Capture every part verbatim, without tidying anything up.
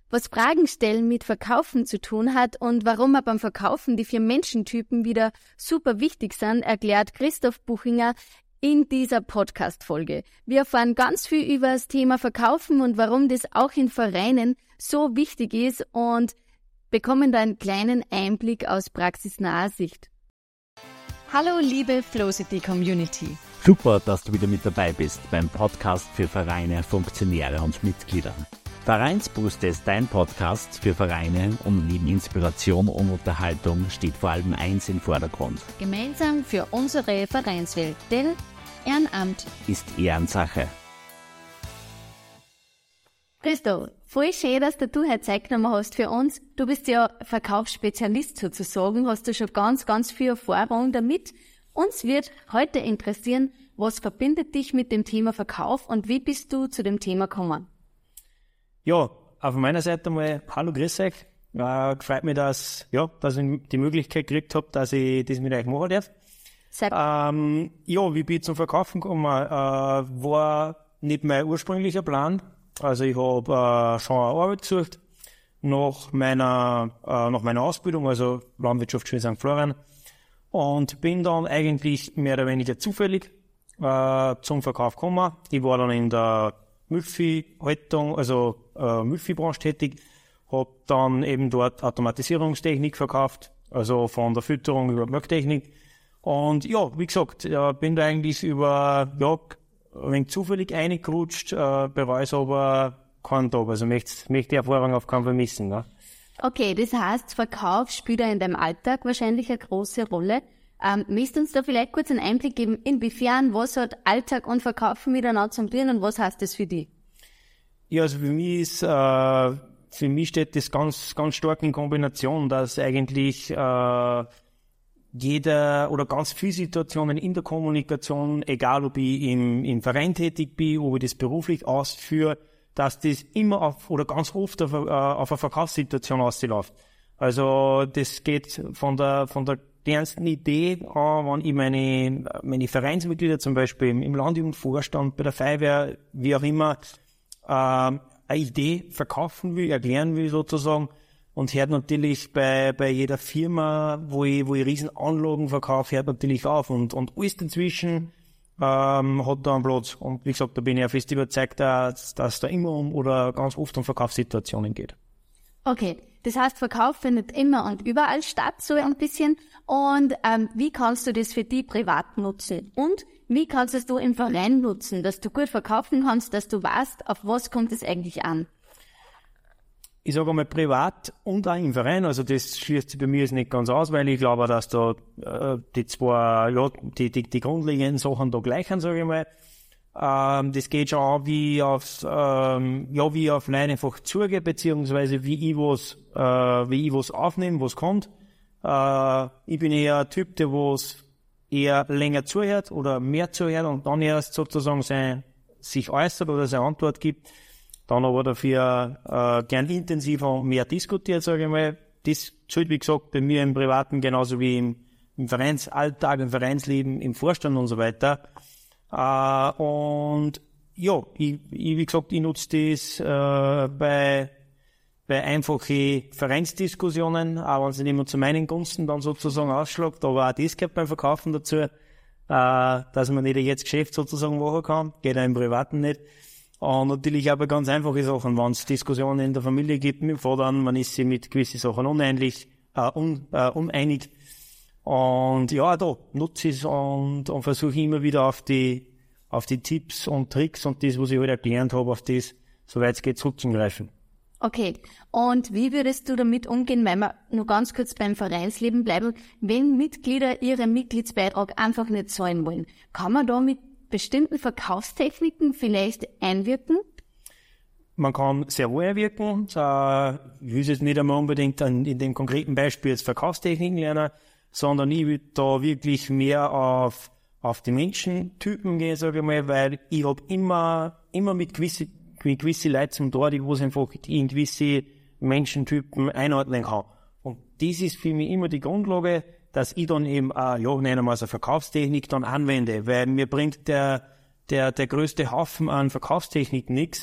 was Fragen stellen mit Verkaufen zu tun hat und warum er beim Verkaufen die vier Menschentypen wieder super wichtig sind, erklärt Christoph Buchinger in dieser Podcast-Folge. Wir erfahren ganz viel über das Thema Verkaufen und warum das auch in Vereinen so wichtig ist und bekommen da einen kleinen Einblick aus praxisnaher Sicht. Hallo liebe Flowcity Community. Super, dass du wieder mit dabei bist beim Podcast für Vereine, Funktionäre und Mitglieder. Vereinsbooster ist dein Podcast für Vereine und neben Inspiration und Unterhaltung steht vor allem eins im Vordergrund. Gemeinsam für unsere Vereinswelt, denn Ehrenamt ist Ehrensache. Christo, voll schön, dass du heute Zeit genommen hast für uns. Du bist ja Verkaufsspezialist sozusagen, hast du schon ganz, ganz viel Erfahrung damit. Uns wird heute interessieren, was verbindet dich mit dem Thema Verkauf und wie bist du zu dem Thema gekommen? Ja, auf meiner Seite mal hallo, grüß euch. Äh, freut mich, dass, ja, dass ich die Möglichkeit gekriegt habe, dass ich das mit euch machen darf. Sehr ähm, ja, wie bin ich zum Verkaufen gekommen? Äh, war nicht mein ursprünglicher Plan. Also ich habe äh, schon eine Arbeit gesucht nach meiner, äh, nach meiner Ausbildung, also Landwirtschaftsschule Sankt Florian. Und bin dann eigentlich mehr oder weniger zufällig äh, zum Verkauf gekommen. Ich war dann in der Milchviehhaltung, also äh, Milchviehbranche tätig, habe dann eben dort Automatisierungstechnik verkauft, also von der Fütterung über Melktechnik. Und ja, wie gesagt, äh, bin da eigentlich über, ja, ein wenig zufällig reingerutscht, äh, bereue es aber keinen Tag. Also möchte, möchte die Erfahrung auf keinen Fall missen. Ne? Okay, das heißt, Verkauf spielt ja in deinem Alltag wahrscheinlich eine große Rolle. Ähm, möchtest du uns da vielleicht kurz einen Einblick geben, inwiefern, was hat Alltag und Verkaufen miteinander zu tun und was heißt das für dich? Ja, also für mich ist, äh, für mich steht das ganz, ganz stark in Kombination, dass eigentlich äh, jeder oder ganz viele Situationen in der Kommunikation, egal ob ich im, im Verein tätig bin, ob ich das beruflich ausführe, dass das immer auf oder ganz oft auf, äh, auf eine Verkaufssituation ausläuft. Also das geht von der von der ernsten Idee an, wenn ich meine meine Vereinsmitglieder zum Beispiel im, im Landjugendvorstand, bei der Feuerwehr, wie auch immer, äh, eine Idee verkaufen will, erklären will sozusagen, und hört natürlich bei bei jeder Firma, wo ich wo ich Riesenanlagen verkaufe, hört natürlich auf und und alles dazwischen ähm, hat da einen Platz. Und wie gesagt, da bin ich ja fest überzeugt, dass dass da immer um oder ganz oft um Verkaufssituationen geht. Okay, das heißt, Verkauf findet immer und überall statt, so ein bisschen. Und ähm, wie kannst du das für dich privat nutzen? Und wie kannst du es du im Verein nutzen, dass du gut verkaufen kannst, dass du weißt, auf was kommt es eigentlich an? Ich sage einmal privat und auch im Verein, also das schließt sich bei mir jetzt nicht ganz aus, weil ich glaube, dass da äh, die zwei, ja, die, die, die grundlegenden Sachen da gleich sind, sage ich mal. Ähm, das geht schon an, wie aufs, ähm, ja, wie ich auf Leute einfach zugehe, beziehungsweise wie ich was, äh, wie ich was aufnehme, was kommt. Äh, ich bin eher ein Typ, der was eher länger zuhört oder mehr zuhört und dann erst sozusagen sein, sich äußert oder seine Antwort gibt. Dann aber dafür äh, gern intensiver und mehr diskutiert, sage ich mal. Das zählt, wie gesagt, bei mir im Privaten genauso wie im, im Vereinsalltag, im Vereinsleben, im Vorstand und so weiter. Uh, und ja, ich, ich, wie gesagt, ich nutze das äh, bei, bei einfachen Vereinsdiskussionen, auch wenn es nicht immer zu meinen Gunsten dann sozusagen ausschlägt, aber auch das gehört beim Verkaufen dazu, äh, dass man nicht jetzt Geschäft sozusagen machen kann, geht auch im Privaten nicht. Und natürlich auch bei ganz einfachen Sachen, wenn es Diskussionen in der Familie gibt mit dem Vater, man ist sich mit gewissen Sachen uneinig, äh, un, äh, uneinig. Und ja, da nutze ich es und, und versuche immer wieder auf die, auf die Tipps und Tricks und das, was ich halt erklärt habe, auf das, soweit es geht, zurückzugreifen. Okay. Und wie würdest du damit umgehen, wenn wir nur ganz kurz beim Vereinsleben bleiben, wenn Mitglieder ihren Mitgliedsbeitrag einfach nicht zahlen wollen? Kann man da mit bestimmten Verkaufstechniken vielleicht einwirken? Man kann sehr wohl einwirken. Ich will jetzt nicht einmal unbedingt in dem konkreten Beispiel jetzt Verkaufstechniken lernen, sondern ich will da wirklich mehr auf, auf die Menschentypen gehen, sage ich mal, weil ich habe immer, immer mit gewisse, mit gewisse Leuten zum Tor, die wo es einfach in gewisse Menschentypen einordnen kann. Und das ist für mich immer die Grundlage, dass ich dann eben, äh, ja, nennen wir es eine Verkaufstechnik dann anwende, weil mir bringt der, der, der größte Haufen an Verkaufstechnik nichts,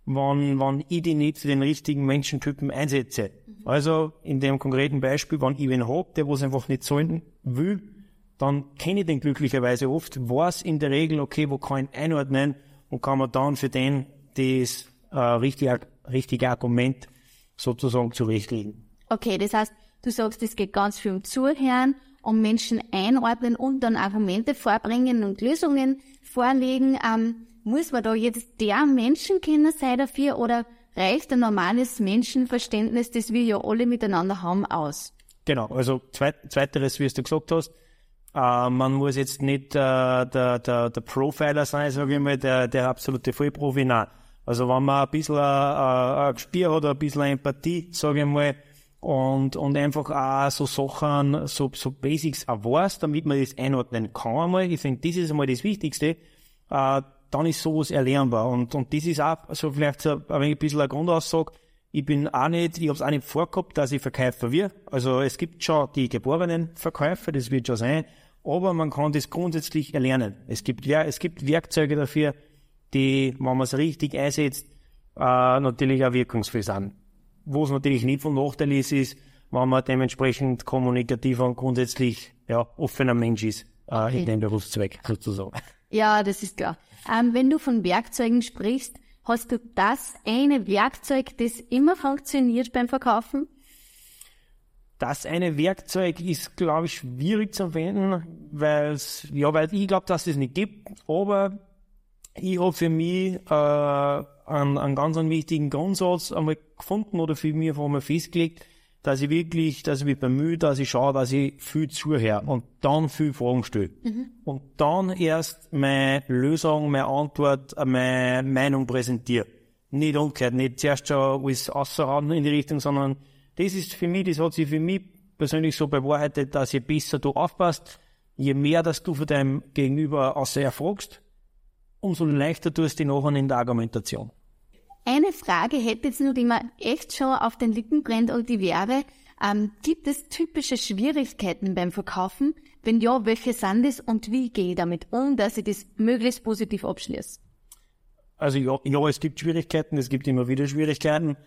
wenn, wenn ich die nicht für den richtigen Menschentypen einsetze. Mhm. Also in dem konkreten Beispiel, wenn ich wen hab, der was einfach nicht zahlen will, dann kenne ich den glücklicherweise oft, weiß in der Regel, okay, wo kann ich einordnen und kann man dann für den das äh, richtige, richtige Argument sozusagen zurechtlegen. Okay, das heißt, du sagst, es geht ganz viel um Zuhören, um Menschen einordnen und dann Argumente vorbringen und Lösungen vorlegen. Ähm, muss man da jetzt der Menschenkenner sein dafür oder reicht ein normales Menschenverständnis, das wir ja alle miteinander haben, aus? Genau, also zweit, zweiteres, wie du gesagt hast, äh, man muss jetzt nicht äh, der, der, der Profiler sein, sage ich mal, der, der absolute Vollprofi, nein. Also wenn man ein bisschen äh, ein Gespür hat, ein bisschen Empathie, sage ich mal, und, und einfach auch so Sachen, so, so Basics auch weiß, damit man das einordnen kann einmal. Ich finde, das ist einmal das Wichtigste. Äh, dann ist sowas erlernbar. Und, und das ist auch so vielleicht so ein bisschen eine Grundaussage. Ich bin auch nicht, ich habe es auch nicht vorgehabt, dass ich Verkäufer wird. Also es gibt schon die geborenen Verkäufer, das wird schon sein, aber man kann das grundsätzlich erlernen. Es gibt, es gibt Werkzeuge dafür, die, wenn man es richtig einsetzt, äh, natürlich auch wirkungsvoll sind. Wo es natürlich nicht von Nachteil ist, ist, wenn man dementsprechend kommunikativer und grundsätzlich ja, offener Mensch ist äh, okay. in dem Berufszweig sozusagen. Ja, das ist klar. Ähm, wenn du von Werkzeugen sprichst, hast du das eine Werkzeug, das immer funktioniert beim Verkaufen? Das eine Werkzeug ist, glaube ich, schwierig zu verwenden, weil's, ja, weil ich glaube, dass es nicht gibt, aber ich habe für mich äh, einen, einen ganz einen wichtigen Grundsatz einmal gefunden oder für mich einfach einmal festgelegt, dass ich wirklich, dass ich mich bemühe, dass ich schaue, dass ich viel zuhöre und dann viel Fragen stelle. Mhm. Und dann erst meine Lösung, meine Antwort, meine Meinung präsentiere. Nicht umgekehrt, nicht zuerst schon alles raushauen in die Richtung, sondern das ist für mich, das hat sich für mich persönlich so bewahrheitet, dass je besser du aufpasst, je mehr, dass du von deinem Gegenüber außer erfragst, umso leichter tust du dich nachher in der Argumentation. Eine Frage hätte jetzt nur, die mir echt schon auf den Lippen brennt, und die wäre, ähm, gibt es typische Schwierigkeiten beim Verkaufen? Wenn ja, welche sind es und wie gehe ich damit um, dass ich das möglichst positiv abschließe? Also ja, ja, es gibt Schwierigkeiten, es gibt immer wieder Schwierigkeiten.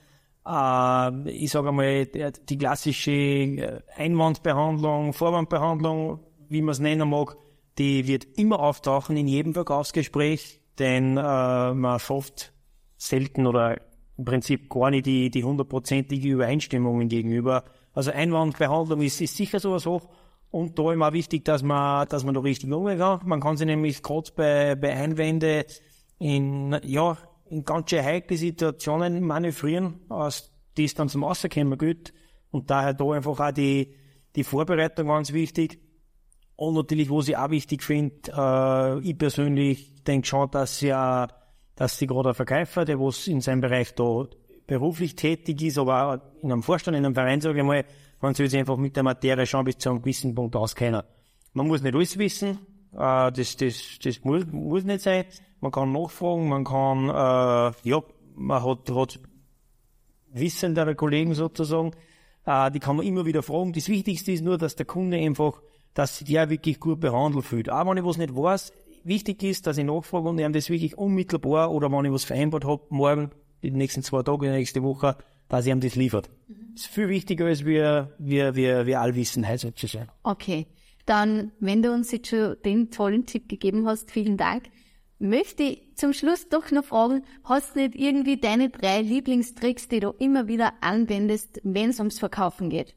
Äh, ich sage einmal, die klassische Einwandbehandlung, Vorwandbehandlung, wie man es nennen mag, die wird immer auftauchen in jedem Verkaufsgespräch, denn äh, man schafft selten oder im Prinzip gar nicht die, die hundertprozentige Übereinstimmungen gegenüber. Also Einwandbehandlung ist, ist sicher sowas hoch. Und da ist auch wichtig, dass man, dass man da richtig umgehen kann. Man kann sich nämlich gerade bei, bei Einwände in, ja, in ganz schön heikle Situationen manövrieren, aus die es dann zum Rauskommen gilt. Und daher da einfach auch die, die Vorbereitung ganz wichtig. Und natürlich, was ich auch wichtig finde, äh, ich persönlich denke schon, dass ja, dass sich gerade ein Verkäufer, der was in seinem Bereich da beruflich tätig ist, aber auch in einem Vorstand, in einem Verein, sage ich mal, man soll sich einfach mit der Materie schon bis zu einem gewissen Punkt auskennen. Man muss nicht alles wissen, äh, das, das, das muss, muss nicht sein. Man kann nachfragen, man kann, äh, ja, man hat, hat wissendere Kollegen sozusagen, äh, die kann man immer wieder fragen. Das Wichtigste ist nur, dass der Kunde einfach, dass sich der wirklich gut behandelt fühlt. Auch wenn ich was nicht weiß, wichtig ist, dass ich nachfrage und ihm das wirklich unmittelbar, oder wenn ich was vereinbart habe, morgen, die nächsten zwei Tage, die nächste Woche, dass ich ihm das liefert. Mhm. Das ist viel wichtiger, als wir, wir, wir, wir Allwissenheit sozusagen. Okay. Dann, wenn du uns jetzt schon den tollen Tipp gegeben hast, vielen Dank, möchte ich zum Schluss doch noch fragen, hast du nicht irgendwie deine drei Lieblingstricks, die du immer wieder anwendest, wenn es ums Verkaufen geht?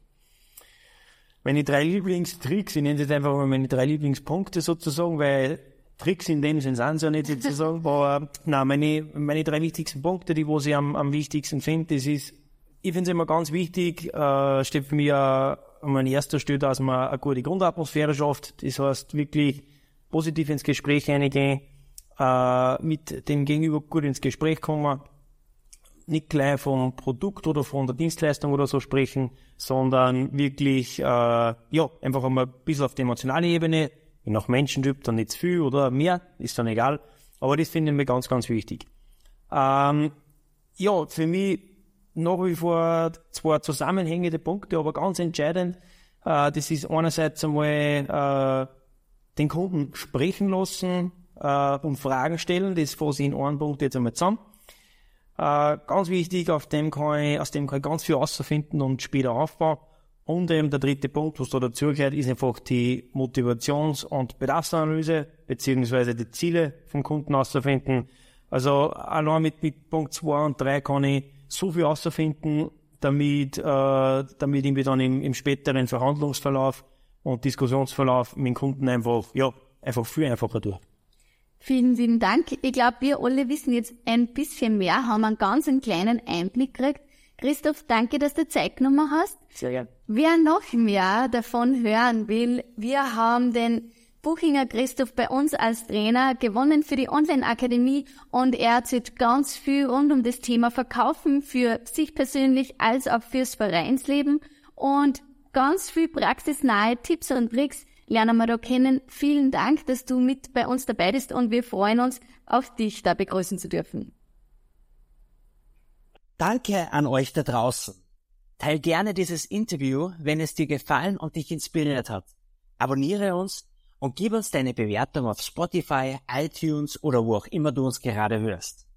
Meine drei Lieblingstricks, ich nenne es jetzt einfach mal meine drei Lieblingspunkte sozusagen, weil Tricks in dem Sinn sind es ja nicht sozusagen, aber nein, meine, meine drei wichtigsten Punkte, die was ich am, am wichtigsten finde, das ist, ich finde es immer ganz wichtig, äh, steht für mich äh, an erster Stelle, dass man eine gute Grundatmosphäre schafft, das heißt wirklich positiv ins Gespräch reingehen, äh, mit dem Gegenüber gut ins Gespräch kommen, nicht gleich vom Produkt oder von der Dienstleistung oder so sprechen, sondern wirklich, äh, ja, einfach einmal ein bisschen auf der emotionalen Ebene, je nach Menschentyp dann nicht zu viel oder mehr, ist dann egal, aber das finde ich mir ganz, ganz wichtig. Ähm, ja, für mich nach wie vor zwei zusammenhängende Punkte, aber ganz entscheidend, äh, das ist einerseits einmal äh, den Kunden sprechen lassen äh, und Fragen stellen, das fasse ich in einem Punkt jetzt einmal zusammen. Äh, ganz wichtig, auf dem kann ich, aus dem kann ich ganz viel rausfinden und später aufbauen. Und eben der dritte Punkt, was da dazugehört, ist einfach die Motivations- und Bedarfsanalyse, beziehungsweise die Ziele vom Kunden rauszufinden. Also allein mit, mit Punkt zwei und drei kann ich so viel rausfinden, damit, äh, damit ich mich dann im, im späteren Verhandlungsverlauf und Diskussionsverlauf mit dem Kunden einfach, ja, einfach viel einfacher tue. Vielen lieben Dank. Ich glaube, wir alle wissen jetzt ein bisschen mehr, haben einen ganz einen kleinen Einblick gekriegt. Christoph, danke, dass du Zeit genommen hast. Sehr gerne. Wer noch mehr davon hören will, wir haben den Buchinger Christoph bei uns als Trainer gewonnen für die Online-Akademie und er erzählt ganz viel rund um das Thema Verkaufen für sich persönlich als auch fürs Vereinsleben und ganz viel praxisnahe Tipps und Tricks lernen wir da kennen. Vielen Dank, dass du mit bei uns dabei bist und wir freuen uns, auch dich da begrüßen zu dürfen. Danke an euch da draußen. Teil gerne dieses Interview, wenn es dir gefallen und dich inspiriert hat. Abonniere uns und gib uns deine Bewertung auf Spotify, iTunes oder wo auch immer du uns gerade hörst.